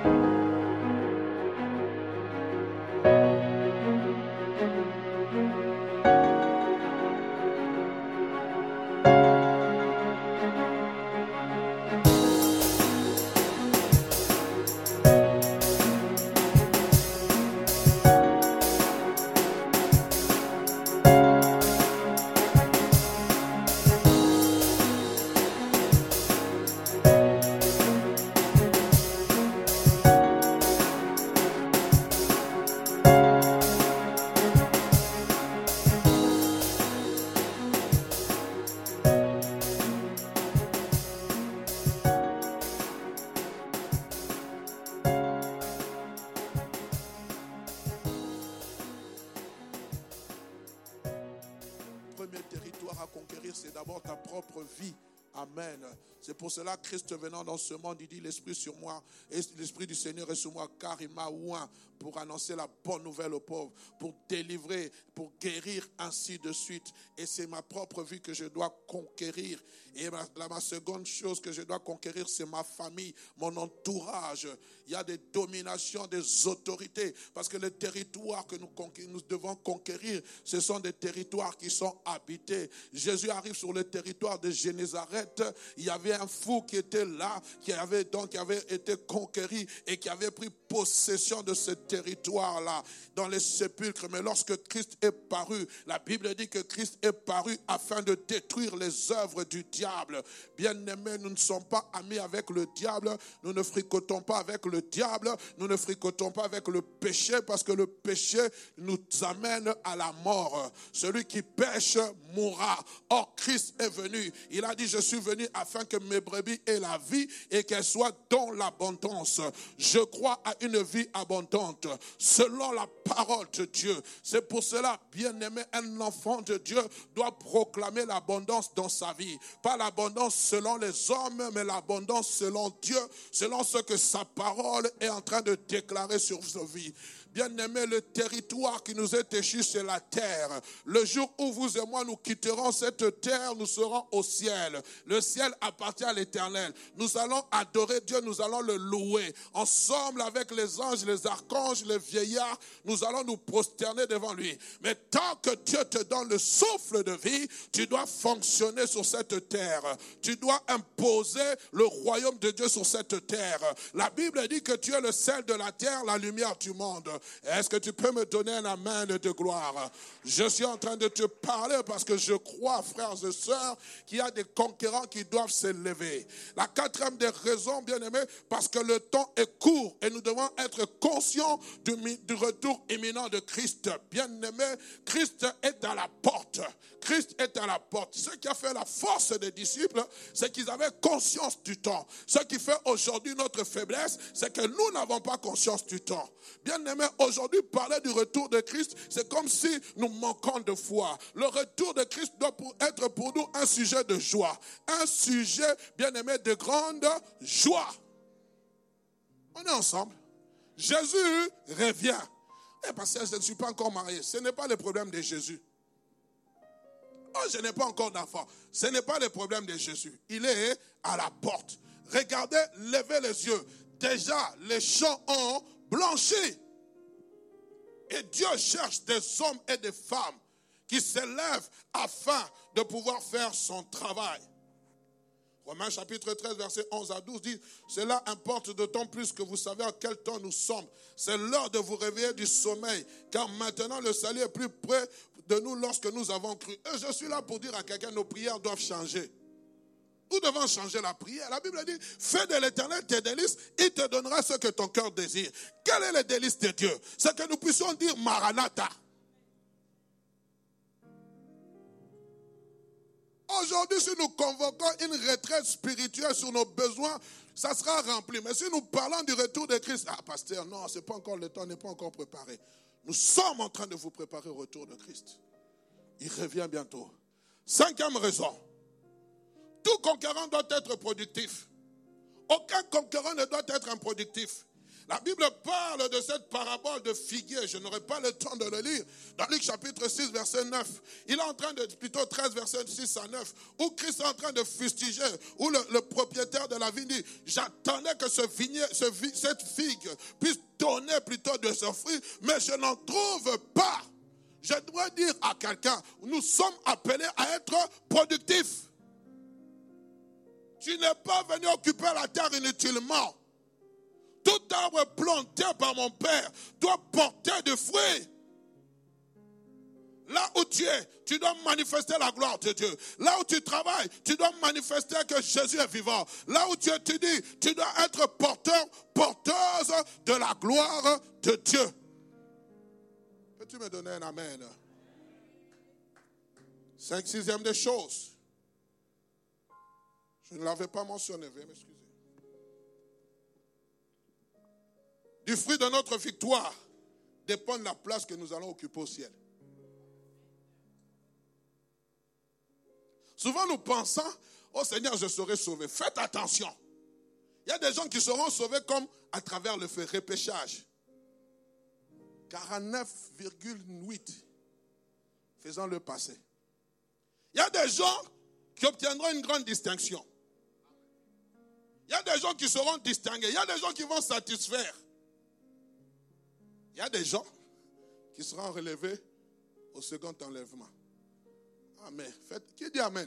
C'est d'abord ta propre vie. Amen. C'est pour cela que Christ venant dans ce monde, il dit l'Esprit sur moi, et l'Esprit du Seigneur est sur moi, car il m'a oint pour annoncer la bonne nouvelle aux pauvres, pour délivrer, pour guérir, ainsi de suite. Et c'est ma propre vie que je dois conquérir. Et ma seconde chose que je dois conquérir, c'est ma famille, mon entourage. Il y a des dominations, des autorités, parce que les territoires que nous devons conquérir, ce sont des territoires qui sont habités. Jésus arrive sur le territoire de Génézareth. Il y avait un fou qui était là, qui avait été conquéri et qui avait pris possession de ce territoire-là, dans les sépulcres. Mais lorsque Christ est paru, la Bible dit que Christ est paru afin de détruire les œuvres du diable. Bien-aimés, nous ne sommes pas amis avec le diable, nous ne fricotons pas avec le diable, nous ne fricotons pas avec le péché, parce que le péché nous amène à la mort. Celui qui pêche mourra. Or, Christ est venu. Il a dit, je suis venu afin que mes brebis aient la vie et qu'elles soient dans l'abondance. Je crois à une vie abondante selon la parole de Dieu. C'est pour cela, bien-aimé, un enfant de Dieu doit proclamer l'abondance dans sa vie. Pas l'abondance selon les hommes, mais l'abondance selon Dieu, selon ce que sa parole est en train de déclarer sur sa vie. Bien-aimés, le territoire qui nous est échu, c'est la terre. Le jour où vous et moi nous quitterons cette terre, nous serons au ciel. Le ciel appartient à l'Éternel. Nous allons adorer Dieu, nous allons le louer. Ensemble avec les anges, les archanges, les vieillards, nous allons nous prosterner devant lui. Mais tant que Dieu te donne le souffle de vie, tu dois fonctionner sur cette terre. Tu dois imposer le royaume de Dieu sur cette terre. La Bible dit que tu es le sel de la terre, la lumière du monde. Est-ce que tu peux me donner un amen de gloire? Je suis en train de te parler parce que je crois, frères et sœurs, qu'il y a des conquérants qui doivent s'élever. La quatrième des raisons, bien aimés, parce que le temps est court et nous devons être conscients du retour imminent de Christ. Bien aimé, Christ est à la porte. Christ est à la porte. Ce qui a fait la force des disciples, c'est qu'ils avaient conscience du temps. Ce qui fait aujourd'hui notre faiblesse, c'est que nous n'avons pas conscience du temps. Bien aimé, aujourd'hui, parler du retour de Christ, c'est comme si nous manquons de foi. Le retour de Christ doit être pour nous un sujet de joie. Un sujet, bien aimé, de grande joie. On est ensemble. Jésus revient. Parce que je ne suis pas encore marié. Ce n'est pas le problème de Jésus. Oh, je n'ai pas encore d'enfant. Ce n'est pas le problème de Jésus. Il est à la porte. Regardez, levez les yeux. Déjà, les champs ont blanchi. Et Dieu cherche des hommes et des femmes qui s'élèvent afin de pouvoir faire son travail. Romains chapitre 13, versets 11 à 12 dit, cela importe d'autant plus que vous savez en quel temps nous sommes. C'est l'heure de vous réveiller du sommeil, car maintenant le salut est plus près de nous lorsque nous avons cru. Et je suis là pour dire à quelqu'un, nos prières doivent changer. Nous devons changer la prière. La Bible dit, fais de l'Éternel tes délices, il te donnera ce que ton cœur désire. Quel est le délice de Dieu? C'est que nous puissions dire Maranatha. Aujourd'hui, si nous convoquons une retraite spirituelle sur nos besoins, ça sera rempli. Mais si nous parlons du retour de Christ, ah pasteur, non, c'est pas encore le temps, n'est pas encore préparé. Nous sommes en train de vous préparer au retour de Christ. Il revient bientôt. Cinquième raison. Tout conquérant doit être productif. Aucun conquérant ne doit être improductif. La Bible parle de cette parabole de figuier. Je n'aurai pas le temps de le lire. Dans Luc chapitre 6, verset 9. Il est en train de, plutôt 13, verset 6 à 9, où Christ est en train de fustiger, où le propriétaire de la vigne dit, j'attendais que cette figue puisse donner plutôt de ce fruit, mais je n'en trouve pas. Je dois dire à quelqu'un, nous sommes appelés à être productifs. Tu n'es pas venu occuper la terre inutilement. Tout arbre planté par mon Père doit porter du fruit. Là où tu es, tu dois manifester la gloire de Dieu. Là où tu travailles, tu dois manifester que Jésus est vivant. Là où tu étudies, tu dois être porteuse de la gloire de Dieu. Peux-tu me donner un amen? 5/6 des choses. Je ne l'avais pas mentionné, veuillez m'excuser. Du fruit de notre victoire dépend de la place que nous allons occuper au ciel. Souvent nous pensons, oh Seigneur, je serai sauvé. Faites attention. Il y a des gens qui seront sauvés comme à travers le feu, repêchage. 49,8 faisant le passé. Il y a des gens qui obtiendront une grande distinction. Il y a des gens qui seront distingués. Il y a des gens qui vont satisfaire. Il y a des gens qui seront relevés au second enlèvement. Amen. Qui dit amen?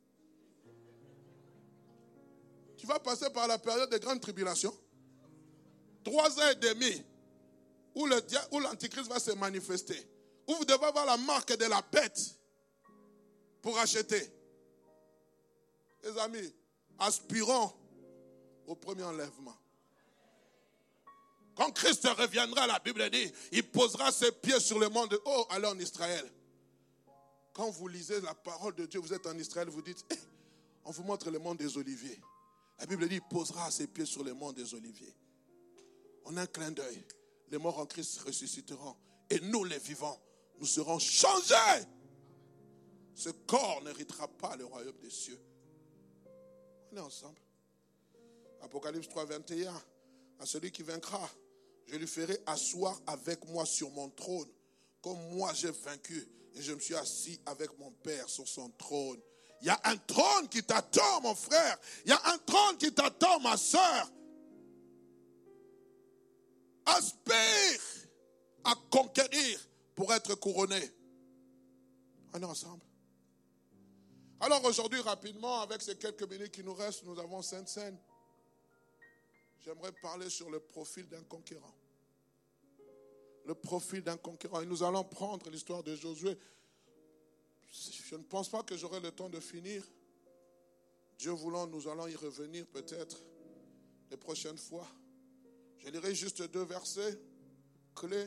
Tu vas passer par la période de grande tribulation. 3 ans et demi où l'antichrist va se manifester. Où vous devez avoir la marque de la bête pour acheter. Les amis, aspirons au premier enlèvement. Quand Christ reviendra, la Bible dit, il posera ses pieds sur le monde. Oh, allez en Israël. Quand vous lisez la parole de Dieu, vous êtes en Israël, vous dites, on vous montre le mont des Oliviers. La Bible dit, il posera ses pieds sur le mont des Oliviers. En un clin d'œil, les morts en Christ ressusciteront. Et nous, les vivants, nous serons changés. Ce corps n'héritera pas le royaume des cieux. On est ensemble. Apocalypse 3, 21. À celui qui vaincra, je lui ferai asseoir avec moi sur mon trône, comme moi j'ai vaincu, et je me suis assis avec mon Père sur son trône. Il y a un trône qui t'attend, mon frère. Il y a un trône qui t'attend, ma soeur. Aspire à conquérir pour être couronné. On est ensemble. Alors aujourd'hui, rapidement, avec ces quelques minutes qui nous restent, nous avons Sainte Seine. J'aimerais parler sur le profil d'un conquérant. Le profil d'un conquérant. Et nous allons prendre l'histoire de Josué. Je ne pense pas que j'aurai le temps de finir. Dieu voulant, nous allons y revenir peut-être les prochaines fois. Je lirai juste 2 versets clés.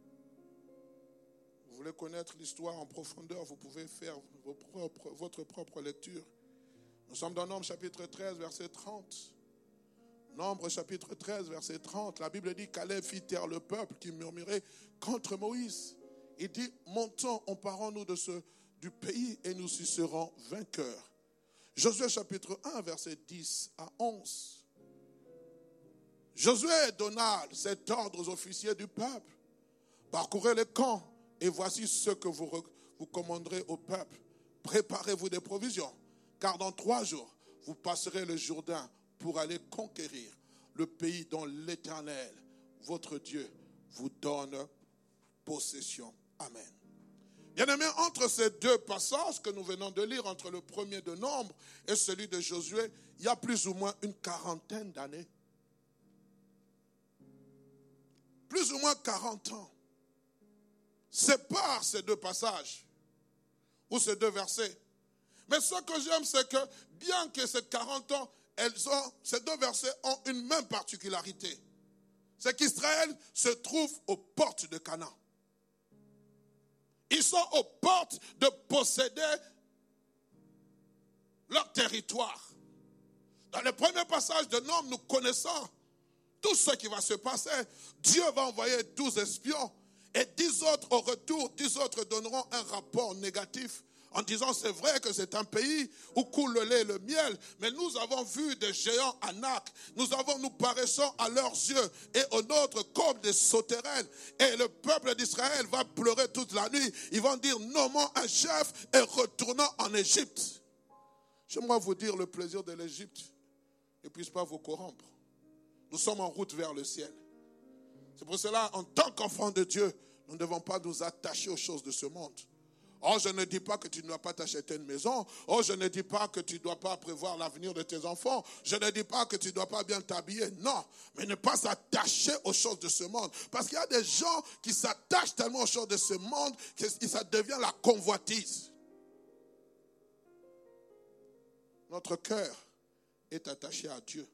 Vous voulez connaître l'histoire en profondeur, vous pouvez faire votre propre lecture. Nous sommes dans Nombre chapitre 13, verset 30. Nombre chapitre 13, verset 30. La Bible dit qu'Aleb fit taire le peuple qui murmurait contre Moïse. Il dit, montons, emparons-nous du pays et nous y serons vainqueurs. Josué chapitre 1, verset 10 à 11. Josué donna cet ordre aux officiers du peuple. Parcourez les camps et voici ce que vous commanderez au peuple. Préparez-vous des provisions, car dans 3 jours, vous passerez le Jourdain pour aller conquérir le pays dont l'Éternel, votre Dieu, vous donne possession. Amen. Bien-aimés, entre ces 2 passages que nous venons de lire, entre le premier de Nombre et celui de Josué, il y a plus ou moins une 40aine d'années. Plus ou moins 40 ans. Sépare ces 2 passages, ou ces 2 versets. Mais ce que j'aime, c'est que bien que ces 40 ans, ces 2 versets ont une même particularité. C'est qu'Israël se trouve aux portes de Canaan. Ils sont aux portes de posséder leur territoire. Dans le premier passage de Nombre, nous connaissons tout ce qui va se passer. Dieu va envoyer 12 espions et 10 autres au retour, 10 autres donneront un rapport négatif en disant c'est vrai que c'est un pays où coule le lait et le miel, mais nous avons vu des géants Anak, nous paraissons à leurs yeux et aux nôtres comme des sauterelles. Et le peuple d'Israël va pleurer toute la nuit. Ils vont dire nommons un chef et retournons en Égypte. J'aimerais vous dire le plaisir de l'Égypte ne puisse pas vous corrompre. Nous sommes en route vers le ciel. C'est pour cela, en tant qu'enfants de Dieu, nous ne devons pas nous attacher aux choses de ce monde. Oh, je ne dis pas que tu ne dois pas t'acheter une maison. Oh, je ne dis pas que tu ne dois pas prévoir l'avenir de tes enfants. Je ne dis pas que tu ne dois pas bien t'habiller. Non, mais ne pas s'attacher aux choses de ce monde. Parce qu'il y a des gens qui s'attachent tellement aux choses de ce monde que ça devient la convoitise. Notre cœur est attaché à Dieu.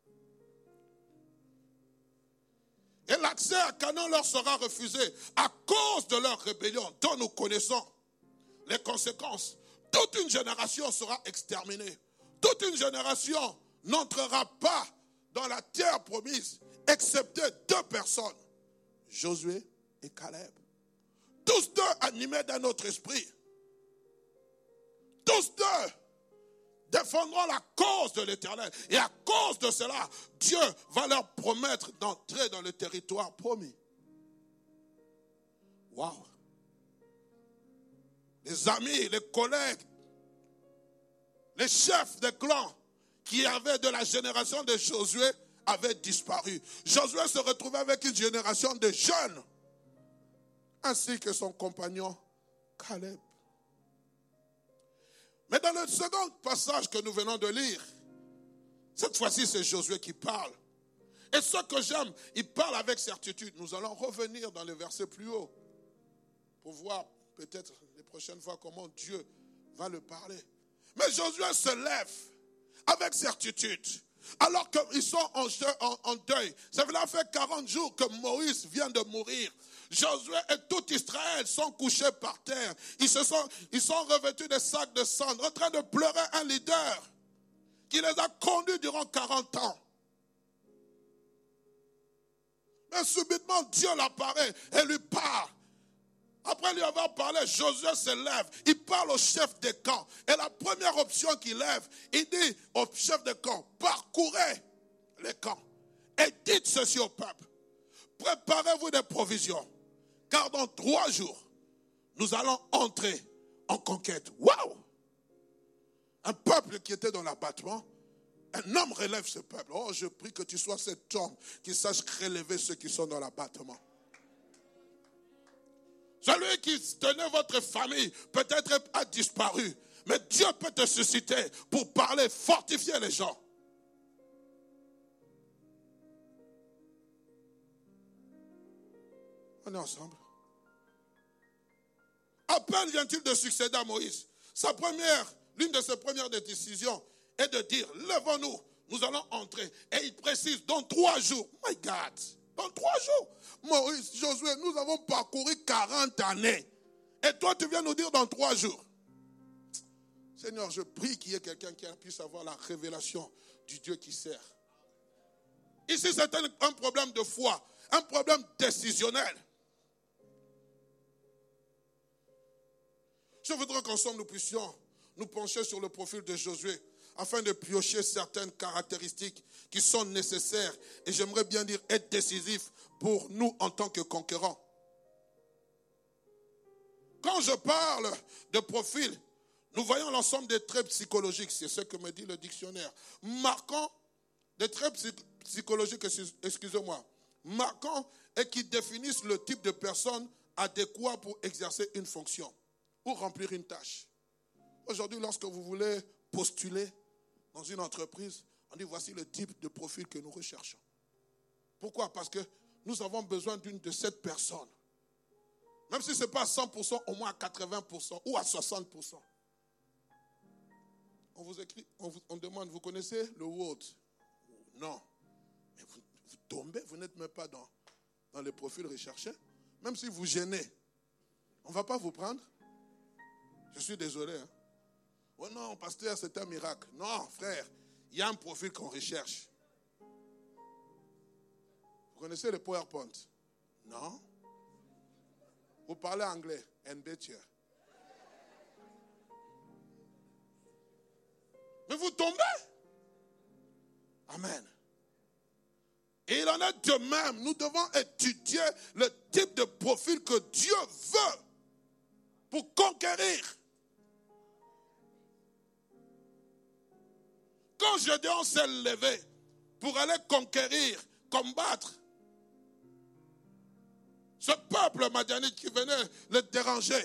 Et l'accès à Canaan leur sera refusé à cause de leur rébellion dont nous connaissons les conséquences. Toute une génération sera exterminée. Toute une génération n'entrera pas dans la terre promise, excepté 2 personnes, Josué et Caleb. Tous 2 animés d'un autre esprit. Tous 2 défendront la cause de l'Éternel. Et à cause de cela, Dieu va leur promettre d'entrer dans le territoire promis. Waouh! Les amis, les collègues, les chefs des clans qui avaient de la génération de Josué avaient disparu. Josué se retrouvait avec une génération de jeunes, ainsi que son compagnon Caleb. Mais dans le second passage que nous venons de lire, cette fois-ci c'est Josué qui parle. Et ce que j'aime, il parle avec certitude. Nous allons revenir dans les versets plus hauts pour voir peut-être les prochaines fois comment Dieu va le parler. Mais Josué se lève avec certitude. Alors qu'ils sont en deuil. Ça fait 40 jours que Moïse vient de mourir. Josué et tout Israël sont couchés par terre. Ils sont revêtus de sacs de cendres, en train de pleurer un leader qui les a conduits durant 40 ans. Mais subitement, Dieu l'apparaît et lui parle. Après lui avoir parlé, Josué se lève. Il parle au chef des camps. Et la première option qu'il lève, il dit au chef des camps, parcourez les camps et dites ceci au peuple. Préparez-vous des provisions, car dans 3 jours, nous allons entrer en conquête. Waouh! Un peuple qui était dans l'abattement, un homme relève ce peuple. Oh, je prie que tu sois cet homme qui sache relever ceux qui sont dans l'abattement. Celui qui tenait votre famille peut-être a disparu. Mais Dieu peut te susciter pour parler, fortifier les gens. On est ensemble. À peine vient-il de succéder à Moïse. L'une de ses premières décisions est de dire, levons-nous, nous allons entrer. Et il précise, dans 3 jours, my God, dans 3 jours, Moïse, Josué, nous avons parcouru 40 années. Et toi, tu viens nous dire dans 3 jours. Seigneur, je prie qu'il y ait quelqu'un qui puisse avoir la révélation du Dieu qui sert. Ici, c'est un problème de foi, un problème décisionnel. Je voudrais qu'ensemble nous puissions nous pencher sur le profil de Josué afin de piocher certaines caractéristiques qui sont nécessaires et j'aimerais bien dire être décisifs pour nous en tant que conquérants. Quand je parle de profil, nous voyons l'ensemble des traits psychologiques, c'est ce que me dit le dictionnaire, marquant des traits psychologiques, marquant et qui définissent le type de personne adéquat pour exercer une fonction ou remplir une tâche. Aujourd'hui, lorsque vous voulez postuler dans une entreprise, on dit voici le type de profil que nous recherchons. Pourquoi? Parce que nous avons besoin d'une de cette personne. Même si ce n'est pas à 100%, au moins à 80% ou à 60%. On vous écrit, on demande, vous connaissez le Word? Non. Mais vous tombez, vous n'êtes même pas dans les profils recherchés. Même si vous gênez, on ne va pas vous prendre. Je suis désolé. Hein. Oh non, pasteur, c'est un miracle. Non, frère, il y a un profil qu'on recherche. Vous connaissez le PowerPoint? Non. Vous parlez anglais? And better. Mais vous tombez. Amen. Et il en est de même. Nous devons étudier le type de profil que Dieu veut pour conquérir. Quand Gédéon s'est levé pour aller conquérir, combattre ce peuple madianite qui venait le déranger,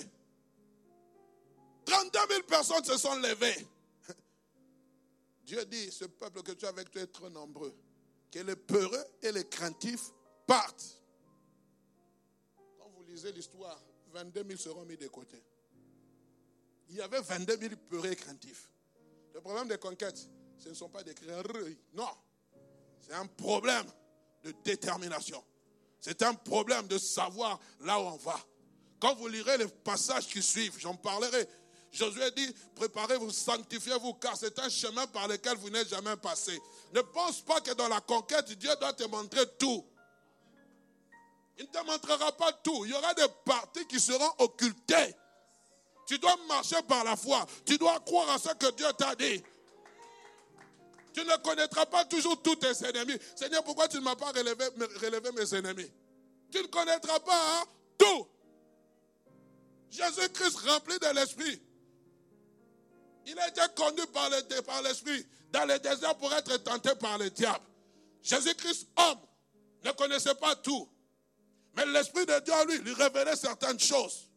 32 000 personnes se sont levées. Dieu dit, ce peuple que tu as avec toi est trop nombreux, que les peureux et les craintifs partent. Quand vous lisez l'histoire, 22 000 seront mis de côté. Il y avait 22 000 peureux et craintifs. Le problème des conquêtes, ce ne sont pas des cris. Non. C'est un problème de détermination. C'est un problème de savoir là où on va. Quand vous lirez les passages qui suivent, j'en parlerai. Josué dit, préparez-vous, sanctifiez-vous, car c'est un chemin par lequel vous n'êtes jamais passé. Ne pense pas que dans la conquête, Dieu doit te montrer tout. Il ne te montrera pas tout. Il y aura des parties qui seront occultées. Tu dois marcher par la foi. Tu dois croire à ce que Dieu t'a dit. Tu ne connaîtras pas toujours tous tes ennemis. Seigneur, pourquoi tu ne m'as pas relevé mes ennemis? Tu ne connaîtras pas tout. Jésus-Christ rempli de l'Esprit. Il a été conduit par l'Esprit dans le désert pour être tenté par le diable. Jésus-Christ, homme, ne connaissait pas tout. Mais l'Esprit de Dieu, lui révélait certaines choses.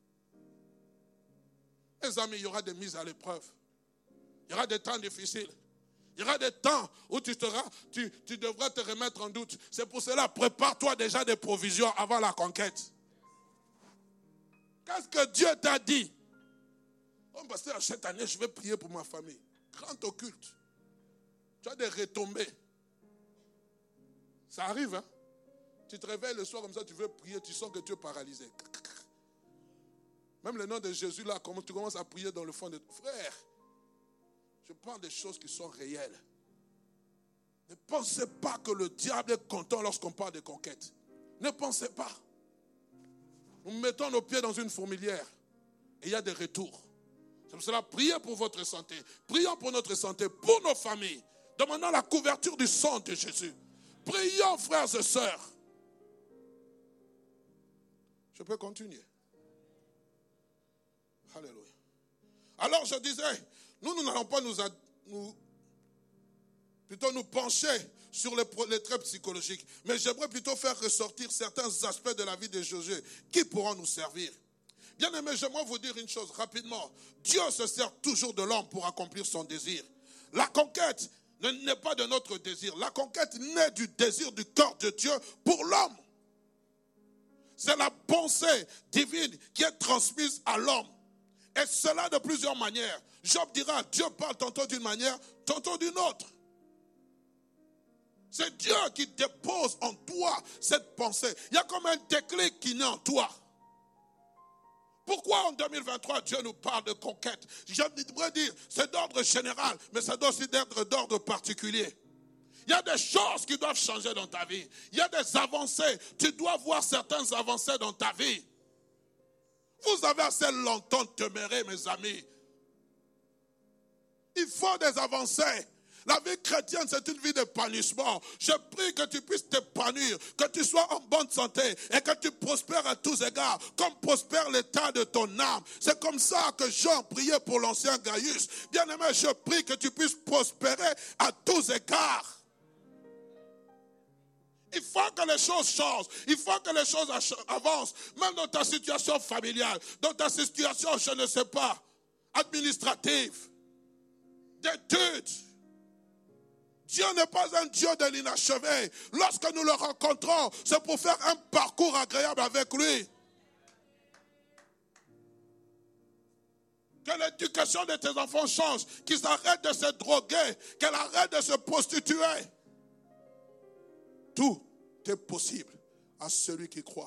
Mes amis, il y aura des mises à l'épreuve. Il y aura des temps difficiles. Il y aura des temps où tu devras te remettre en doute. C'est pour cela, prépare-toi déjà des provisions avant la conquête. Qu'est-ce que Dieu t'a dit? Oh, pasteur, cette année, je vais prier pour ma famille. Grand occulte. Tu as des retombées. Ça arrive, hein? Tu te réveilles le soir comme ça, tu veux prier, tu sens que tu es paralysé. Même le nom de Jésus, là, tu commences à prier dans le fond de ton frère. Je parle des choses qui sont réelles. Ne pensez pas que le diable est content lorsqu'on parle de conquête. Ne pensez pas. Nous mettons nos pieds dans une fourmilière et il y a des retours. C'est pour cela, priez pour votre santé. Prions pour notre santé, pour nos familles. Demandons la couverture du sang de Jésus. Prions, frères et sœurs. Je peux continuer. Alléluia. Alors je disais, nous n'allons pas nous pencher sur les traits psychologiques, mais j'aimerais plutôt faire ressortir certains aspects de la vie de Josué qui pourront nous servir. Bien aimé, j'aimerais vous dire une chose rapidement. Dieu se sert toujours de l'homme pour accomplir son désir. La conquête n'est pas de notre désir. La conquête naît du désir du cœur de Dieu pour l'homme. C'est la pensée divine qui est transmise à l'homme. Et cela de plusieurs manières. Job dira, Dieu parle tantôt d'une manière, tantôt d'une autre. C'est Dieu qui dépose en toi cette pensée. Il y a comme un déclic qui naît en toi. Pourquoi en 2023 Dieu nous parle de conquête? J'aimerais dire, c'est d'ordre général, mais ça doit aussi être d'ordre particulier. Il y a des choses qui doivent changer dans ta vie. Il y a des avancées. Tu dois voir certaines avancées dans ta vie. Vous avez assez longtemps demeuré, mes amis. Il faut des avancées. La vie chrétienne, c'est une vie d'épanouissement. Je prie que tu puisses t'épanouir, que tu sois en bonne santé et que tu prospères à tous égards, comme prospère l'état de ton âme. C'est comme ça que Jean priait pour l'ancien Gaius. Bien-aimé, je prie que tu puisses prospérer à tous égards. Il faut que les choses changent. Il faut que les choses avancent. Même dans ta situation familiale, dans ta situation, je ne sais pas, administrative, d'études. Dieu n'est pas un Dieu de l'inachevé. Lorsque nous le rencontrons, c'est pour faire un parcours agréable avec lui. Que l'éducation de tes enfants change, qu'ils arrêtent de se droguer, qu'elles arrêtent de se prostituer. Tout est possible à celui qui croit.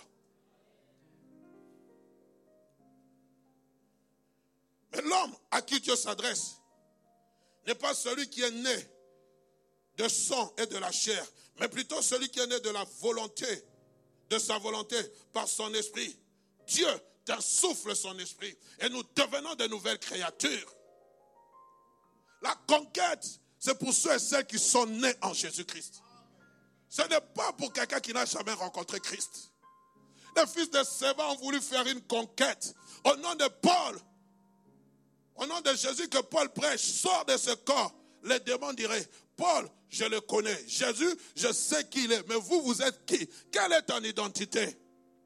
Mais l'homme à qui Dieu s'adresse n'est pas celui qui est né de sang et de la chair, mais plutôt celui qui est né de la volonté, de sa volonté, par son esprit. Dieu t'insuffle son esprit et nous devenons de nouvelles créatures. La conquête, c'est pour ceux et celles qui sont nés en Jésus-Christ. Ce n'est pas pour quelqu'un qui n'a jamais rencontré Christ. Les fils de Séba ont voulu faire une conquête. Au nom de Paul, au nom de Jésus que Paul prêche, sort de ce corps. Les démons diraient, Paul, je le connais. Jésus, je sais qui il est. Mais vous, vous êtes qui? Quelle est ton identité?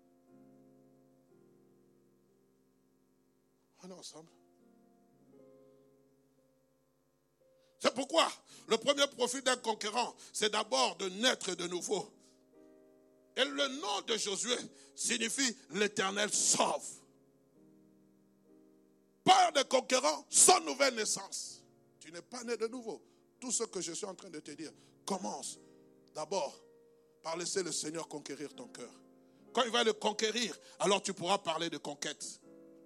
On est ensemble. C'est pourquoi le premier profil d'un conquérant, c'est d'abord de naître de nouveau. Et le nom de Josué signifie l'Éternel sauve. Père de conquérant, sans nouvelle naissance. Tu n'es pas né de nouveau. Tout ce que je suis en train de te dire, commence d'abord par laisser le Seigneur conquérir ton cœur. Quand il va le conquérir, alors tu pourras parler de conquête.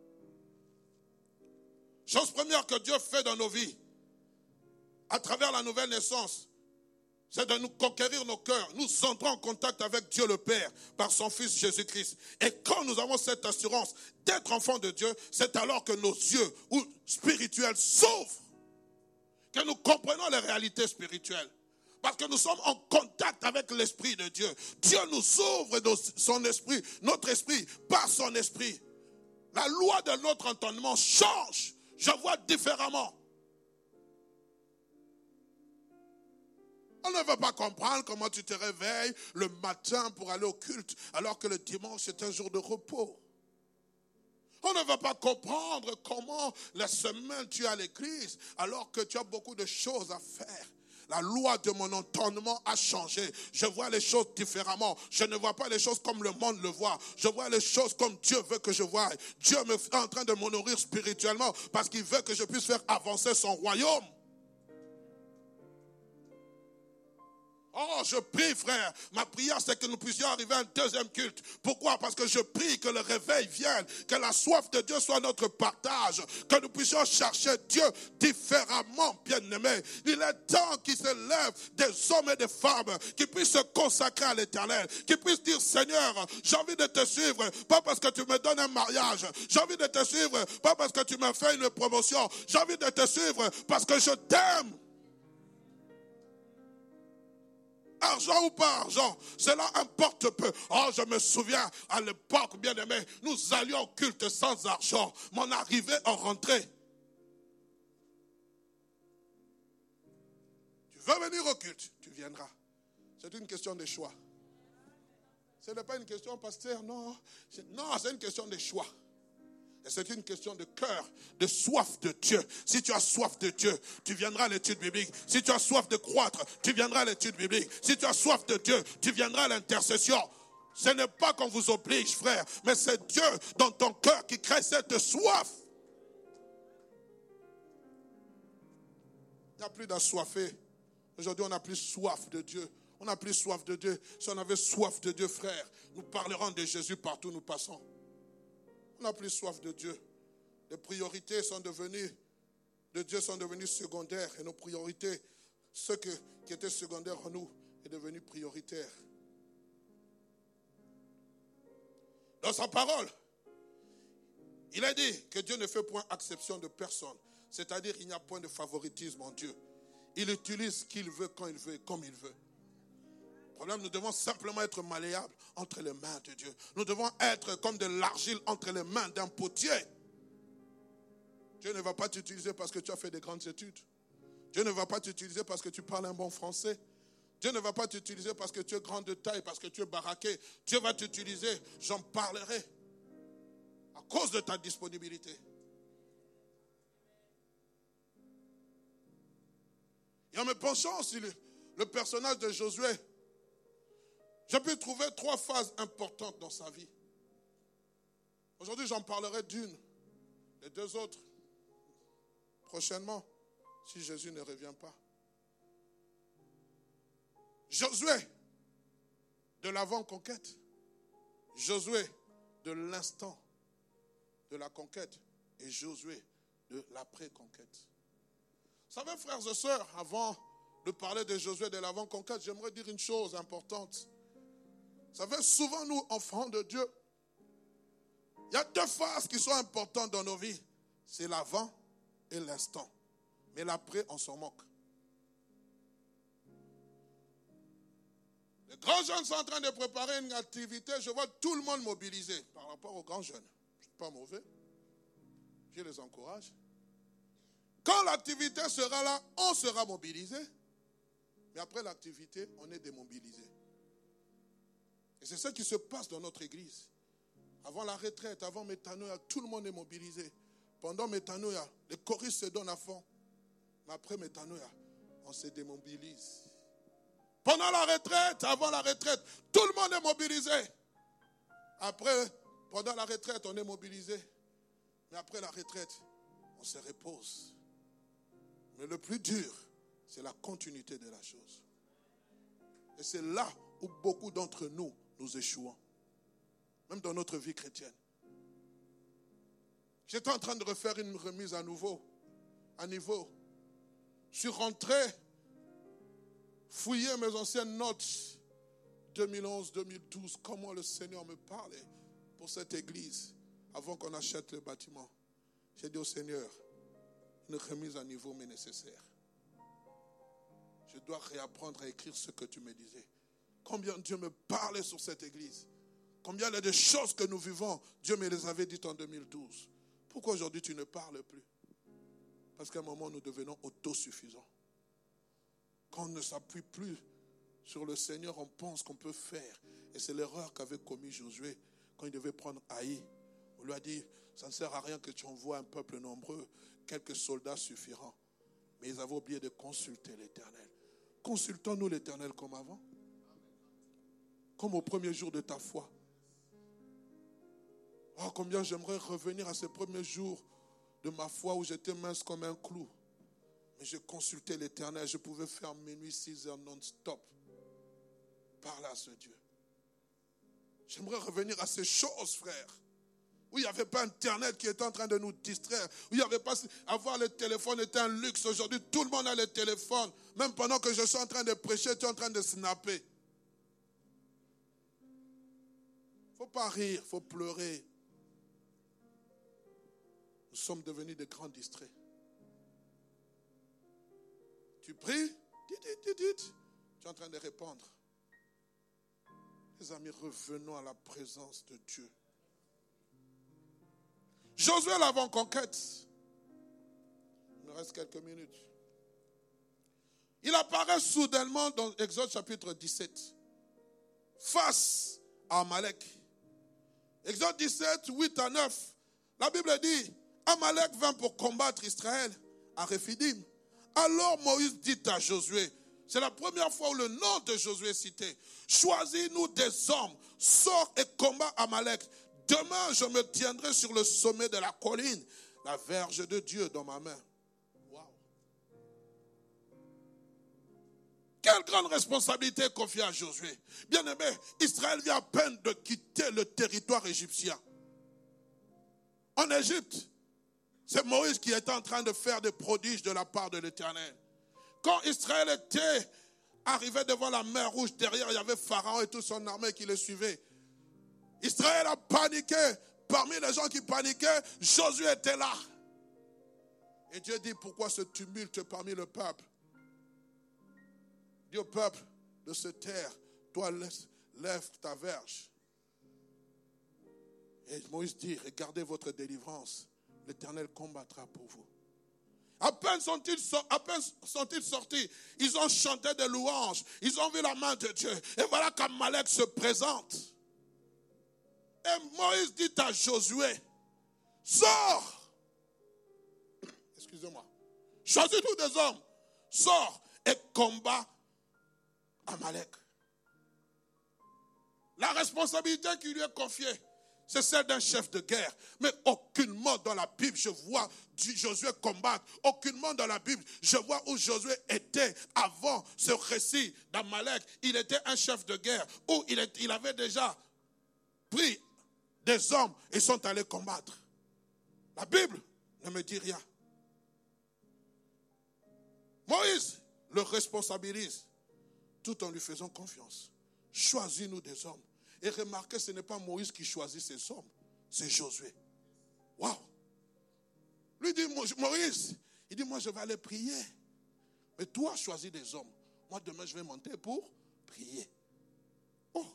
Chose première que Dieu fait dans nos vies, à travers la nouvelle naissance, c'est de nous conquérir nos cœurs. Nous entrons en contact avec Dieu le Père par son Fils Jésus-Christ. Et quand nous avons cette assurance d'être enfants de Dieu, c'est alors que nos yeux spirituels s'ouvrent, que nous comprenons les réalités spirituelles. Parce que nous sommes en contact avec l'Esprit de Dieu. Dieu nous ouvre son esprit, notre esprit, par son esprit. La loi de notre entendement change. Je vois différemment. On ne veut pas comprendre comment tu te réveilles le matin pour aller au culte, alors que le dimanche est un jour de repos. On ne veut pas comprendre comment la semaine tu es à l'église, alors que tu as beaucoup de choses à faire. La loi de mon entendement a changé. Je vois les choses différemment. Je ne vois pas les choses comme le monde le voit. Je vois les choses comme Dieu veut que je voie. Dieu est en train de me nourrir spirituellement parce qu'il veut que je puisse faire avancer son royaume. Oh, je prie, frère. Ma prière, c'est que nous puissions arriver à un deuxième culte. Pourquoi? Parce que je prie que le réveil vienne, que la soif de Dieu soit notre partage, que nous puissions chercher Dieu différemment, bien-aimés. Il est temps qu'il se lève des hommes et des femmes qui puissent se consacrer à l'Éternel, qui puissent dire, Seigneur, j'ai envie de te suivre, pas parce que tu me donnes un mariage, j'ai envie de te suivre, pas parce que tu me fais une promotion, j'ai envie de te suivre parce que je t'aime. Argent ou pas argent, cela importe peu. Oh, je me souviens, à l'époque, bien aimé, nous allions au culte sans argent. Mon arrivée en rentrée. Tu veux venir au culte, tu viendras. C'est une question de choix. Ce n'est pas une question, pasteur, non. Non, c'est une question de choix. Et c'est une question de cœur, de soif de Dieu. Si tu as soif de Dieu, tu viendras à l'étude biblique. Si tu as soif de croître, tu viendras à l'étude biblique. Si tu as soif de Dieu, tu viendras à l'intercession. Ce n'est pas qu'on vous oblige, frère, mais c'est Dieu dans ton cœur qui crée cette soif. Il n'y a plus d'assoiffé. Aujourd'hui, on n'a plus soif de Dieu. On n'a plus soif de Dieu. Si on avait soif de Dieu, frère, nous parlerons de Jésus partout où nous passons. On n'a plus soif de Dieu. Les priorités de Dieu sont devenues secondaires. Et nos priorités, ce qui était secondaire en nous, est devenu prioritaire. Dans sa parole, il a dit que Dieu ne fait point exception de personne. C'est-à-dire qu'il n'y a point de favoritisme en Dieu. Il utilise ce qu'il veut, quand il veut et comme il veut. Le problème, nous devons simplement être malléables entre les mains de Dieu. Nous devons être comme de l'argile entre les mains d'un potier. Dieu ne va pas t'utiliser parce que tu as fait des grandes études. Dieu ne va pas t'utiliser parce que tu parles un bon français. Dieu ne va pas t'utiliser parce que tu es grand de taille, parce que tu es baraqué. Dieu va t'utiliser, j'en parlerai, à cause de ta disponibilité. Et en me penchant sur le personnage de Josué, j'ai pu trouver 3 phases importantes dans sa vie. Aujourd'hui, j'en parlerai d'une. Les 2 autres, prochainement, si Jésus ne revient pas. Josué, de l'avant-conquête. Josué, de l'instant de la conquête. Et Josué, de l'après-conquête. Vous savez, frères et sœurs, avant de parler de Josué de l'avant-conquête, j'aimerais dire une chose importante. Vous savez, souvent nous, enfants de Dieu, il y a 2 phases qui sont importantes dans nos vies. C'est l'avant et l'instant. Mais l'après, on s'en moque. Les grands jeunes sont en train de préparer une activité. Je vois tout le monde mobilisé par rapport aux grands jeunes. Ce n'est pas mauvais. Je les encourage. Quand l'activité sera là, on sera mobilisé. Mais après l'activité, on est démobilisé. Et c'est ce qui se passe dans notre église. Avant la retraite, avant Métanoïa, tout le monde est mobilisé. Pendant Métanoïa, les choristes se donnent à fond. Mais après Métanoïa, on se démobilise. Pendant la retraite, avant la retraite, tout le monde est mobilisé. Après, pendant la retraite, on est mobilisé. Mais après la retraite, on se repose. Mais le plus dur, c'est la continuité de la chose. Et c'est là où beaucoup d'entre nous, nous échouons. Même dans notre vie chrétienne. J'étais en train de refaire une remise à niveau. Je suis rentré, fouiller mes anciennes notes, 2011, 2012, comment le Seigneur me parlait pour cette église, avant qu'on achète le bâtiment. J'ai dit au Seigneur, une remise à niveau m'est nécessaire. Je dois réapprendre à écrire ce que tu me disais. Combien Dieu me parlait sur cette église. Combien il y a des choses que nous vivons, Dieu me les avait dites en 2012. Pourquoi aujourd'hui tu ne parles plus? Parce qu'à un moment, nous devenons autosuffisants. Quand on ne s'appuie plus sur le Seigneur, on pense qu'on peut faire. Et c'est l'erreur qu'avait commis Josué quand il devait prendre Haï. On lui a dit, ça ne sert à rien que tu envoies un peuple nombreux, quelques soldats suffiront. Mais ils avaient oublié de consulter l'Éternel. Consultons-nous l'Éternel comme avant. Comme au premier jour de ta foi. Oh, combien j'aimerais revenir à ces premiers jours de ma foi où j'étais mince comme un clou. Mais je consultais l'Éternel. Je pouvais faire minuit, 6 heures non-stop. Parler à ce Dieu. J'aimerais revenir à ces choses, frère. Où il n'y avait pas Internet qui était en train de nous distraire. Où il n'y avait pas... Avoir le téléphone était un luxe. Aujourd'hui, tout le monde a le téléphone. Même pendant que je suis en train de prêcher, tu es en train de snapper. Il ne faut pas rire, il faut pleurer. Nous sommes devenus des grands distraits. Tu pries, tu es en train de répondre. Les amis, revenons à la présence de Dieu. Josué l'avant-conquête. Il me reste quelques minutes. Il apparaît soudainement dans Exode chapitre 17. Face à Amalek. Exode 17, 8 à 9. La Bible dit, Amalek vint pour combattre Israël à Rephidim. Alors Moïse dit à Josué, c'est la première fois où le nom de Josué est cité. Choisis-nous des hommes, sors et combat Amalek. Demain, je me tiendrai sur le sommet de la colline, la verge de Dieu dans ma main. Wow. Quelle grande responsabilité confiée à Josué. Bien aimé, Israël vient à peine de quitter le territoire égyptien. En Égypte, c'est Moïse qui était en train de faire des prodiges de la part de l'Éternel. Quand Israël était arrivé devant la mer Rouge, derrière il y avait Pharaon et toute son armée qui le suivait. Israël a paniqué. Parmi les gens qui paniquaient, Josué était là. Et Dieu dit, pourquoi ce tumulte parmi le peuple? Dis au peuple de se taire. Toi, lève ta verge. Et Moïse dit, regardez votre délivrance. L'Éternel combattra pour vous. À peine sont-ils sortis, ils ont chanté des louanges, ils ont vu la main de Dieu. Et voilà qu'Amalek se présente. Et Moïse dit à Josué, sors. Excusez-moi. Choisis-nous des hommes. Sors et combat Amalek. La responsabilité qui lui est confiée, c'est celle d'un chef de guerre. Mais aucunement dans la Bible, je vois Josué combattre. Aucunement dans la Bible, je vois où Josué était avant ce récit d'Amalek. Il était un chef de guerre, où il avait déjà pris des hommes et sont allés combattre. La Bible ne me dit rien. Moïse le responsabilise tout en lui faisant confiance. Choisis-nous des hommes. Et remarquez, ce n'est pas Moïse qui choisit ses hommes, c'est Josué. Waouh! Lui dit, Moïse, Il dit, moi je vais aller prier. Mais toi, choisis des hommes. Moi demain, je vais monter pour prier. Oh,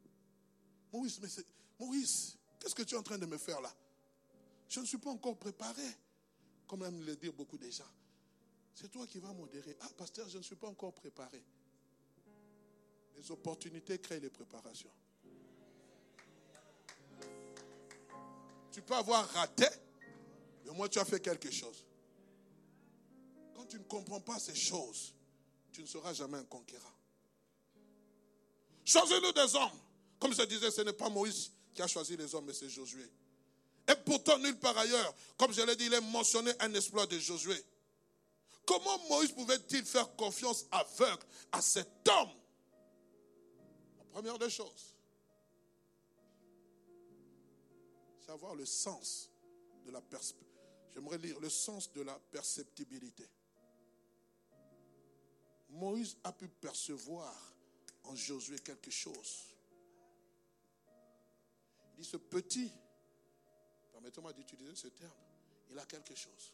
Moïse, qu'est-ce que tu es en train de me faire là? Je ne suis pas encore préparé. Comme aiment le dire beaucoup de gens. C'est toi qui vas modérer. Ah, pasteur, je ne suis pas encore préparé. Les opportunités créent les préparations. Tu peux avoir raté, mais au moins tu as fait quelque chose. Quand tu ne comprends pas ces choses, tu ne seras jamais un conquérant. Choisissez-nous des hommes. Comme je disais, ce n'est pas Moïse qui a choisi les hommes, mais c'est Josué. Et pourtant, nulle part ailleurs, comme je l'ai dit, il est mentionné un exploit de Josué. Comment Moïse pouvait-il faire confiance aveugle à cet homme? La première des choses, c'est avoir le sens de la perspective. J'aimerais lire le sens de la perceptibilité. Moïse a pu percevoir en Josué quelque chose. Il dit, ce petit, permettez-moi d'utiliser ce terme, il a quelque chose.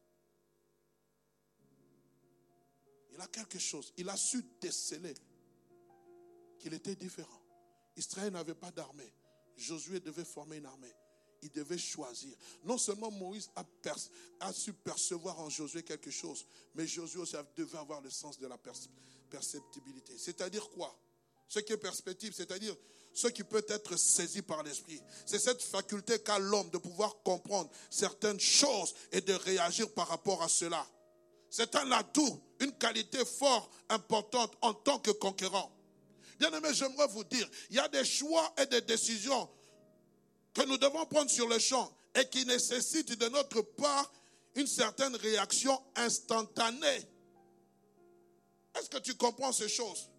Il a quelque chose. Il a su déceler qu'il était différent. Israël n'avait pas d'armée. Josué devait former une armée. Il devait choisir. Non seulement Moïse a su percevoir en Josué quelque chose, mais Josué aussi devait avoir le sens de la perceptibilité. C'est-à-dire quoi? Ce qui est perspective, c'est-à-dire ce qui peut être saisi par l'esprit. C'est cette faculté qu'a l'homme de pouvoir comprendre certaines choses et de réagir par rapport à cela. C'est un atout, une qualité fort importante en tant que conquérant. Bien aimé, j'aimerais vous dire, il y a des choix et des décisions que nous devons prendre sur le champ et qui nécessitent de notre part une certaine réaction instantanée. Est-ce que tu comprends ces choses?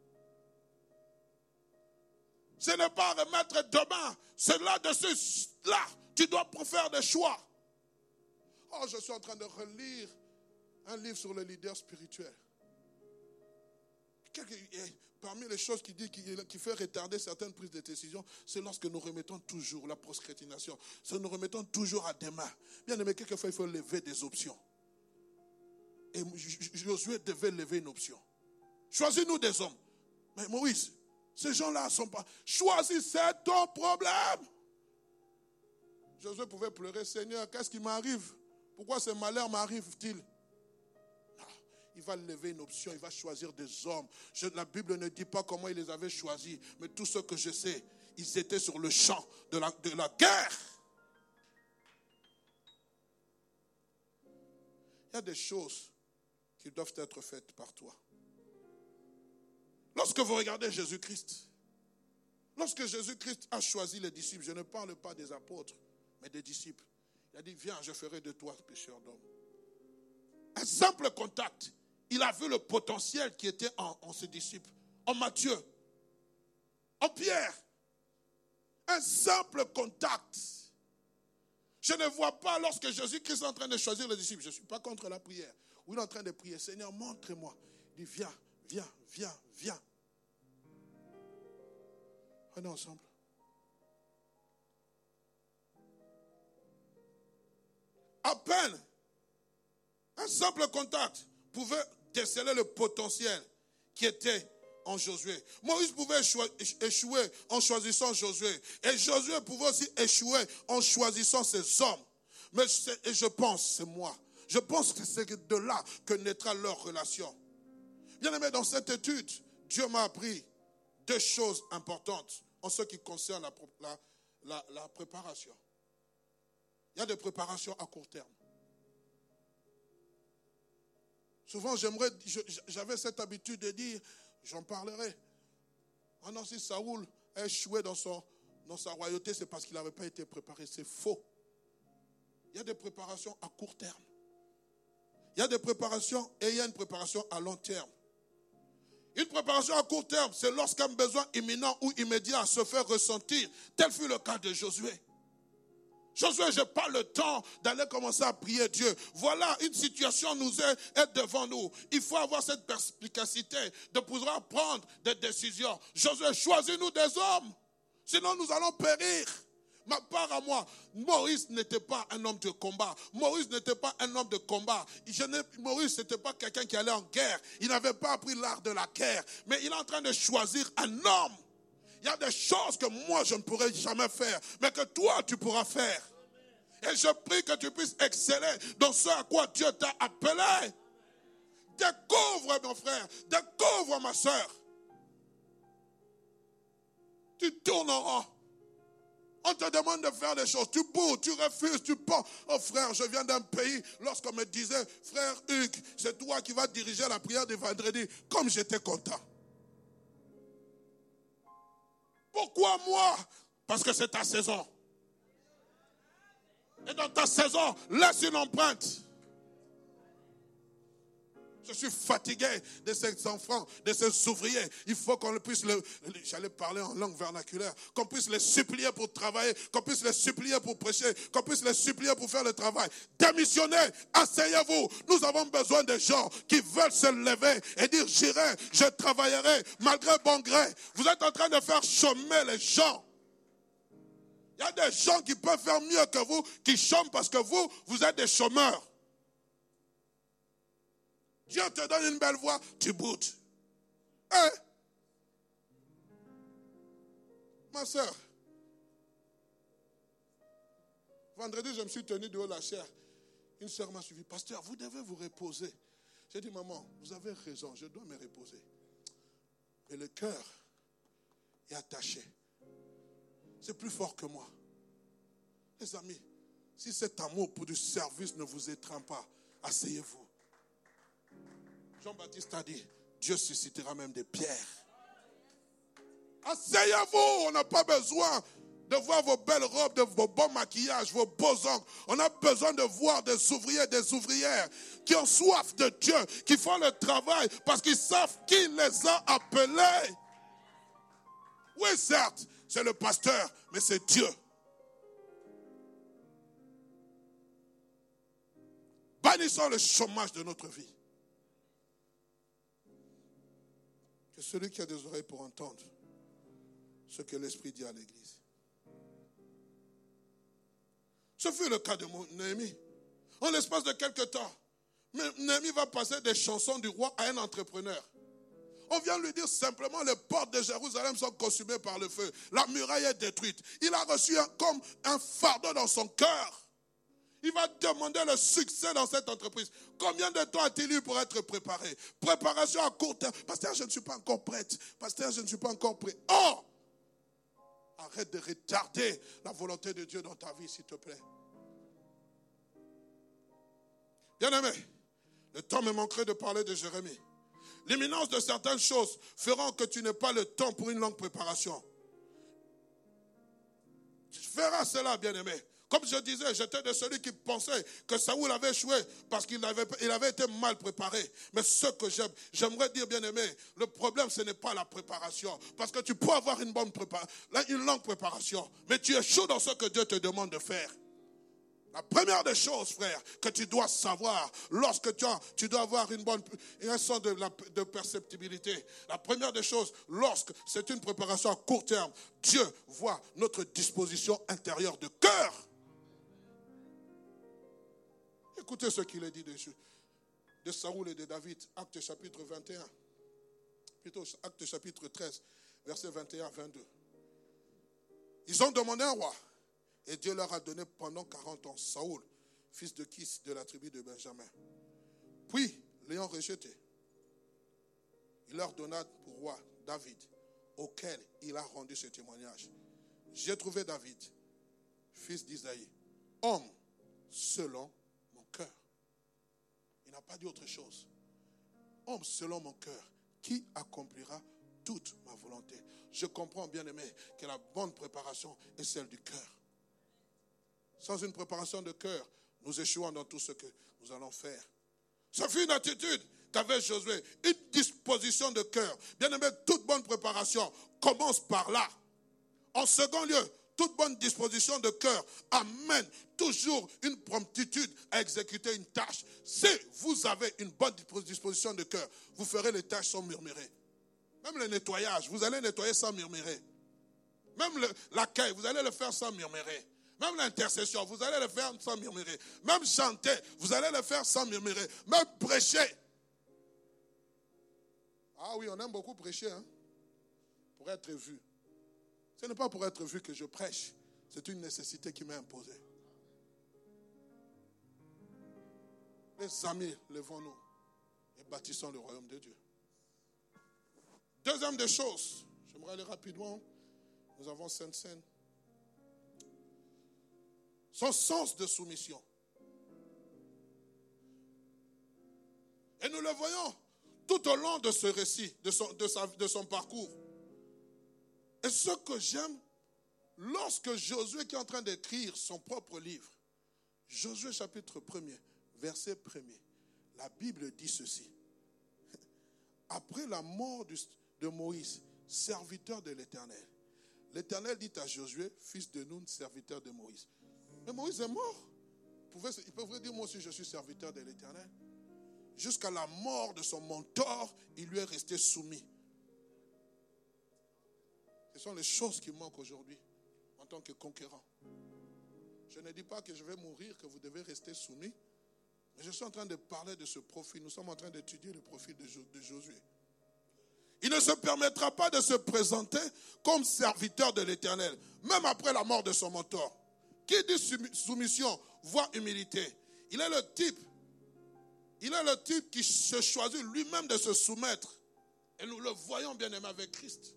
Ce n'est pas remettre demain, c'est là-dessus, là, tu dois faire des choix. Oh, je suis en train de relire un livre sur le leader spirituel. Parmi les choses qui fait retarder certaines prises de décision, c'est lorsque nous remettons toujours la procrastination. C'est nous remettons toujours à demain. Bien aimé, quelquefois il faut lever des options. Et Josué devait lever une option. Choisis-nous des hommes. Mais Moïse, ces gens-là ne sont pas... Choisissez ton problème. Josué pouvait pleurer, Seigneur, qu'est-ce qui m'arrive? Pourquoi ces malheurs m'arrivent-ils? Il va lever une option, il va choisir des hommes. La Bible ne dit pas comment il les avait choisis, mais tout ce que je sais, ils étaient sur le champ de la guerre. Il y a des choses qui doivent être faites par toi. Lorsque vous regardez Jésus-Christ, lorsque Jésus-Christ a choisi les disciples, je ne parle pas des apôtres, mais des disciples. Il a dit, viens, je ferai de toi pécheur d'hommes. Un simple contact. Il a vu le potentiel qui était en ses disciples. En Matthieu. En Pierre. Un simple contact. Je ne vois pas lorsque Jésus-Christ est en train de choisir les disciples. Je ne suis pas contre la prière. Où il est en train de prier. Seigneur, montre-moi. Il dit, viens, viens, viens, viens. Prenons ensemble. À peine, un simple contact pouvait déceler le potentiel qui était en Josué. Moïse pouvait échouer en choisissant Josué. Et Josué pouvait aussi échouer en choisissant ses hommes. Mais je pense, c'est moi. Je pense que c'est de là que naîtra leur relation. Bien aimé, dans cette étude, Dieu m'a appris deux choses importantes en ce qui concerne la préparation. Il y a des préparations à court terme. Souvent, j'avais cette habitude de dire, j'en parlerai. Ah non, si Saoul a échoué dans sa royauté, c'est parce qu'il n'avait pas été préparé. C'est faux. Il y a des préparations à court terme. Il y a des préparations et il y a une préparation à long terme. Une préparation à court terme, c'est lorsqu'un besoin imminent ou immédiat se fait ressentir. Tel fut le cas de Josué. Josué, je n'ai pas le temps d'aller commencer à prier Dieu. Voilà, une situation est devant nous. Il faut avoir cette perspicacité de pouvoir prendre des décisions. Josué, choisis-nous des hommes. Sinon, nous allons périr. Ma part à moi, Moïse n'était pas un homme de combat. Moïse n'était pas un homme de combat. Moïse n'était pas quelqu'un qui allait en guerre. Il n'avait pas appris l'art de la guerre. Mais il est en train de choisir un homme. Il y a des choses que moi, je ne pourrais jamais faire, mais que toi, tu pourras faire. Et je prie que tu puisses exceller dans ce à quoi Dieu t'a appelé. Découvre, mon frère. Découvre, ma soeur. Tu tournes en rond. On te demande de faire des choses. Tu boudes, tu refuses, tu penses. Oh frère, je viens d'un pays. Lorsqu'on me disait, frère Hugues, c'est toi qui vas diriger la prière du vendredi. Comme j'étais content. Pourquoi moi? Parce que c'est ta saison. Et dans ta saison, laisse une empreinte. Je suis fatigué de ces enfants, de ces ouvriers. Il faut qu'on puisse, j'allais parler en langue vernaculaire, qu'on puisse les supplier pour travailler, qu'on puisse les supplier pour prêcher, qu'on puisse les supplier pour faire le travail. Démissionnez, asseyez-vous. Nous avons besoin de gens qui veulent se lever et dire, j'irai, je travaillerai, malgré bon gré. Vous êtes en train de faire chômer les gens. Il y a des gens qui peuvent faire mieux que vous, qui chôment parce que vous êtes des chômeurs. Dieu te donne une belle voix, tu boudes. Hein? Ma soeur, vendredi, je me suis tenu de haut la chair. Une soeur m'a suivi. Pasteur, vous devez vous reposer. J'ai dit, maman, vous avez raison, je dois me reposer. Mais le cœur est attaché. C'est plus fort que moi. Les amis, si cet amour pour du service ne vous étreint pas, asseyez-vous. Jean-Baptiste a dit, Dieu suscitera même des pierres. Asseyez-vous, on n'a pas besoin de voir vos belles robes, de vos bons maquillages, vos beaux ongles. On a besoin de voir des ouvriers, des ouvrières qui ont soif de Dieu, qui font le travail parce qu'ils savent qui les a appelés. Oui, certes, c'est le pasteur, mais c'est Dieu. Bannissons le chômage de notre vie. Que celui qui a des oreilles pour entendre ce que l'Esprit dit à l'Église. Ce fut le cas de Néhémie. En l'espace de quelques temps, Néhémie va passer des chansons du roi à un entrepreneur. On vient lui dire simplement, les portes de Jérusalem sont consumées par le feu. La muraille est détruite. Il a reçu comme un fardeau dans son cœur. Il va demander le succès dans cette entreprise. Combien de temps a-t-il eu pour être préparé? Préparation à court terme. Pasteur, je ne suis pas encore prête. Pasteur, je ne suis pas encore prêt. Oh! Arrête de retarder la volonté de Dieu dans ta vie, s'il te plaît. Bien-aimé, le temps me manquerait de parler de Jérémie. L'imminence de certaines choses feront que tu n'aies pas le temps pour une longue préparation. Tu feras cela, bien-aimé. Comme je disais, j'étais de celui qui pensait que Saoul avait échoué parce qu'il avait été mal préparé. Mais ce que j'aimerais dire, bien-aimé, le problème, ce n'est pas la préparation. Parce que tu peux avoir une longue préparation, mais tu échoues dans ce que Dieu te demande de faire. La première des choses, frère, que tu dois savoir, lorsque tu dois avoir un sens de perceptibilité. La première des choses, lorsque c'est une préparation à court terme, Dieu voit notre disposition intérieure de cœur. Écoutez ce qu'il a dit de Saoul et de David, Actes chapitre 21, plutôt Actes chapitre 13, versets 21 à 22. Ils ont demandé un roi. Et Dieu leur a donné pendant 40 ans Saoul, fils de Kis de la tribu de Benjamin. Puis, l'ayant rejeté, il leur donna pour roi David, auquel il a rendu ce témoignage. J'ai trouvé David, fils d'Isaïe, homme selon mon cœur. Il n'a pas dit autre chose. Homme selon mon cœur, qui accomplira toute ma volonté. Je comprends, bien aimé, que la bonne préparation est celle du cœur. Sans une préparation de cœur, nous échouons dans tout ce que nous allons faire. Ce fut une attitude qu'avait Josué, une disposition de cœur. Bien aimé, toute bonne préparation commence par là. En second lieu, toute bonne disposition de cœur amène toujours une promptitude à exécuter une tâche. Si vous avez une bonne disposition de cœur, vous ferez les tâches sans murmurer. Même le nettoyage, vous allez nettoyer sans murmurer. Même l'accueil, vous allez le faire sans murmurer. Même l'intercession, vous allez le faire sans murmurer. Même chanter, vous allez le faire sans murmurer. Même prêcher. Ah oui, on aime beaucoup prêcher, hein, pour être vu. Ce n'est pas pour être vu que je prêche. C'est une nécessité qui m'est imposée. Les amis, levons-nous et bâtissons le royaume de Dieu. Deuxième des choses, j'aimerais aller rapidement. Nous avons Sainte-Seine. Son sens de soumission. Et nous le voyons tout au long de ce récit, de son parcours. Et ce que j'aime, lorsque Josué qui est en train d'écrire son propre livre, Josué chapitre 1er, verset 1er, la Bible dit ceci. Après la mort de Moïse, serviteur de l'Éternel, l'Éternel dit à Josué, fils de Nun, serviteur de Moïse. Mais Moïse est mort. Il pouvait dire, moi aussi je suis serviteur de l'Éternel. Jusqu'à la mort de son mentor, il lui est resté soumis. Ce sont les choses qui manquent aujourd'hui en tant que conquérant. Je ne dis pas que je vais mourir, que vous devez rester soumis. Mais je suis en train de parler de ce profil. Nous sommes en train d'étudier le profil de Josué. Il ne se permettra pas de se présenter comme serviteur de l'Éternel, même après la mort de son mentor. Qui dit soumission, voit humilité. Il est le type qui se choisit lui-même de se soumettre. Et nous le voyons bien aimé avec Christ.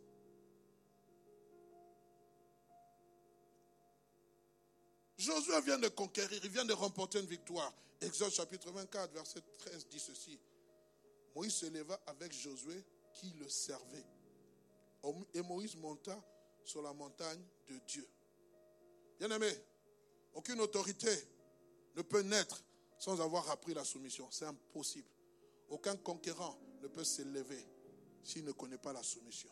Josué vient de conquérir, il vient de remporter une victoire. Exode chapitre 24, verset 13 dit ceci. Moïse se leva avec Josué qui le servait. Et Moïse monta sur la montagne de Dieu. Bien-aimé, aucune autorité ne peut naître sans avoir appris la soumission. C'est impossible. Aucun conquérant ne peut s'élever s'il ne connaît pas la soumission.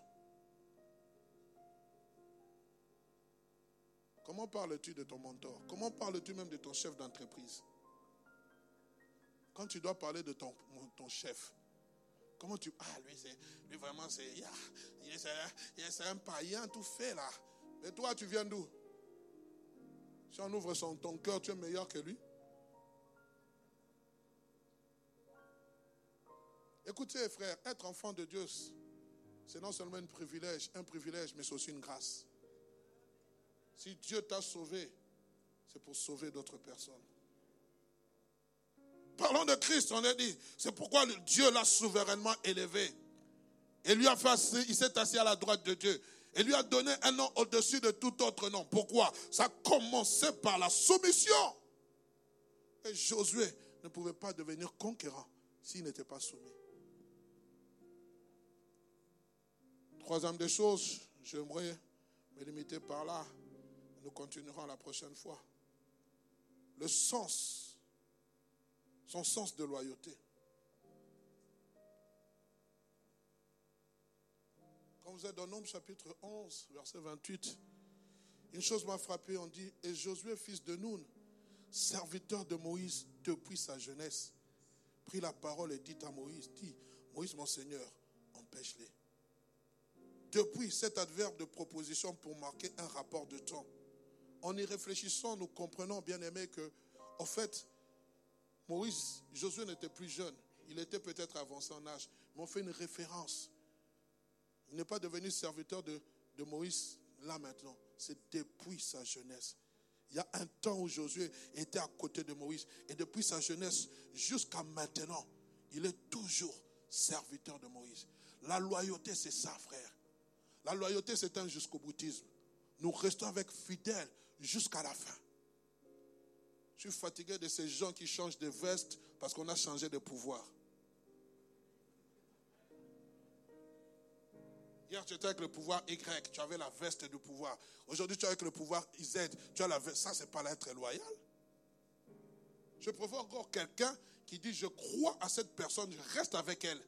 Comment parles-tu de ton mentor? Comment parles-tu même de ton chef d'entreprise? Quand tu dois parler de ton chef, comment tu... Ah, lui vraiment, c'est un païen tout fait là. Mais toi, tu viens d'où? Si on ouvre ton cœur, tu es meilleur que lui. Écoutez, frère, être enfant de Dieu, c'est non seulement un privilège, mais c'est aussi une grâce. Si Dieu t'a sauvé, c'est pour sauver d'autres personnes. Parlons de Christ, on a dit, c'est pourquoi Dieu l'a souverainement élevé. Et lui a fait, il s'est assis à la droite de Dieu. Et lui a donné un nom au-dessus de tout autre nom. Pourquoi? Ça a commencé par la soumission. Et Josué ne pouvait pas devenir conquérant s'il n'était pas soumis. Troisième des choses, j'aimerais me limiter par là. Nous continuerons la prochaine fois. Son sens de loyauté. Quand vous êtes dans Nombres chapitre 11, verset 28, une chose m'a frappé, on dit, et Josué, fils de Nun, serviteur de Moïse depuis sa jeunesse, prit la parole et dit à Moïse, Moïse mon Seigneur, empêche-les. Depuis cet adverbe de proposition pour marquer un rapport de temps, en y réfléchissant, nous comprenons, bien aimé, que, en fait, Josué n'était plus jeune. Il était peut-être avancé en âge. Mais on fait une référence. Il n'est pas devenu serviteur de Moïse là maintenant. C'est depuis sa jeunesse. Il y a un temps où Josué était à côté de Moïse. Et depuis sa jeunesse jusqu'à maintenant, il est toujours serviteur de Moïse. La loyauté, c'est ça, frère. La loyauté, c'est un jusqu'au boutisme. Nous restons avec fidèles jusqu'à la fin. Je suis fatigué de ces gens qui changent de veste parce qu'on a changé de pouvoir. Hier, tu étais avec le pouvoir Y, tu avais la veste du pouvoir. Aujourd'hui, tu es avec le pouvoir Z, tu as la veste. Ça, c'est pas l'être loyal. Je préfère encore quelqu'un qui dit, je crois à cette personne, je reste avec elle.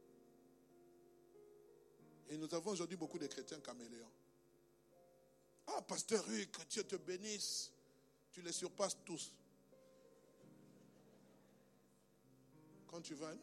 Et nous avons aujourd'hui beaucoup de chrétiens caméléons. Ah, pasteur Hugues, que Dieu te bénisse. Tu les surpasses tous. Quand tu vas,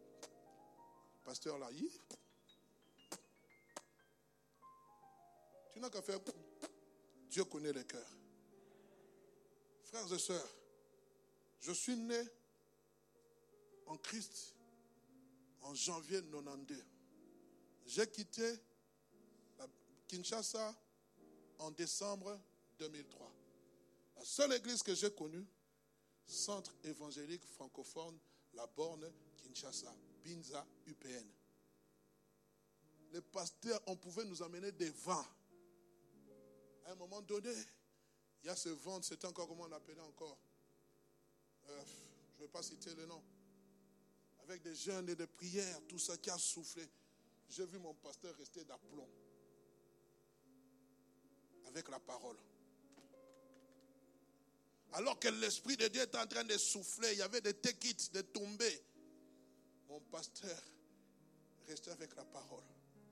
pasteur là, Tu n'as qu'à faire. Dieu connaît les cœurs. Frères et sœurs, je suis né en Christ en janvier 92. J'ai quitté Kinshasa en décembre 2003. La seule église que j'ai connue, Centre évangélique francophone, La Borne, Kinshasa, Binza, UPN. Les pasteurs, on pouvait nous amener des vents. À un moment donné, il y a ce vent, c'était encore comment on l'appelait encore. Je ne vais pas citer le nom. Avec des jeûnes et des prières, tout ça qui a soufflé. J'ai vu mon pasteur rester d'aplomb. Avec la parole. Alors que l'Esprit de Dieu était en train de souffler, il y avait des tekites, des tombées. Mon pasteur restait avec la parole.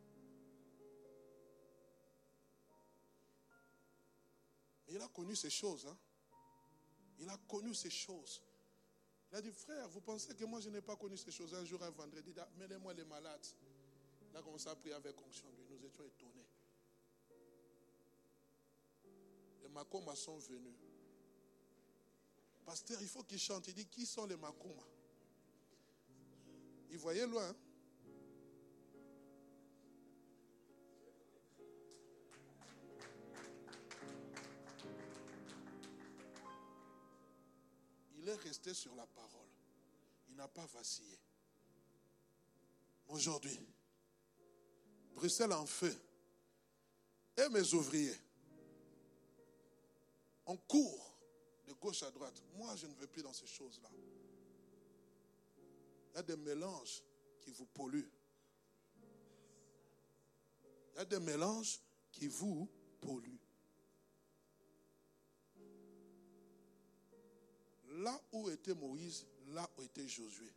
Et il a connu ces choses. Hein? Il a connu ces choses. Il a dit, frère, vous pensez que moi je n'ai pas connu ces choses? Un jour, un vendredi, il a dit, mêlez-moi les malades. Il a commencé à prier avec onction. Nous étions étonnés. Les Makomas sont venus. Pasteur, il faut qu'il chante. Il dit, qui sont les Makomas? Il voyait loin. Il est resté sur la parole. Il n'a pas vacillé. Aujourd'hui, Bruxelles en feu. Et mes ouvriers, on court de gauche à droite. Moi, je ne vais plus dans ces choses-là. Il y a des mélanges qui vous polluent. Il y a des mélanges qui vous polluent. Là où était Moïse, là où était Josué.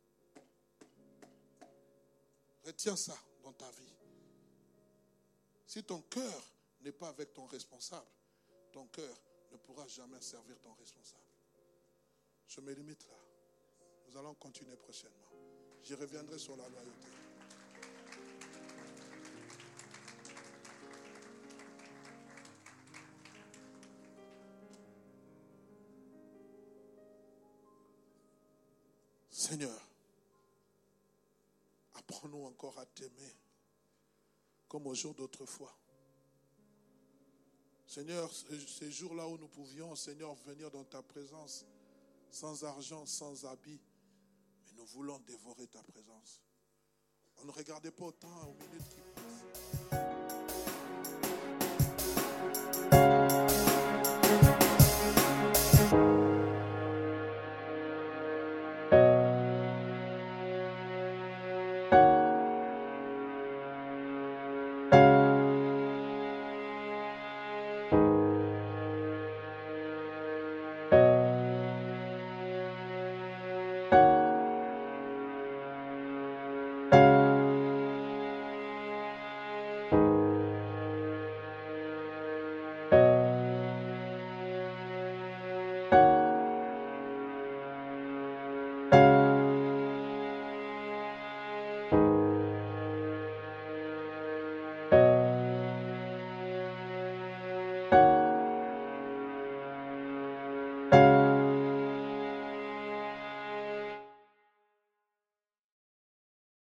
Retiens ça dans ta vie. Si ton cœur n'est pas avec ton responsable, ton cœur ne pourra jamais servir ton responsable. Je me limite là. Nous allons continuer prochainement. J'y reviendrai sur la loyauté. Seigneur, apprends-nous encore à t'aimer comme au jour d'autrefois. Seigneur, ces jours-là où nous pouvions, Seigneur, venir dans ta présence sans argent, sans habit, mais nous voulons dévorer ta présence. On ne regardait pas au temps, aux minutes qui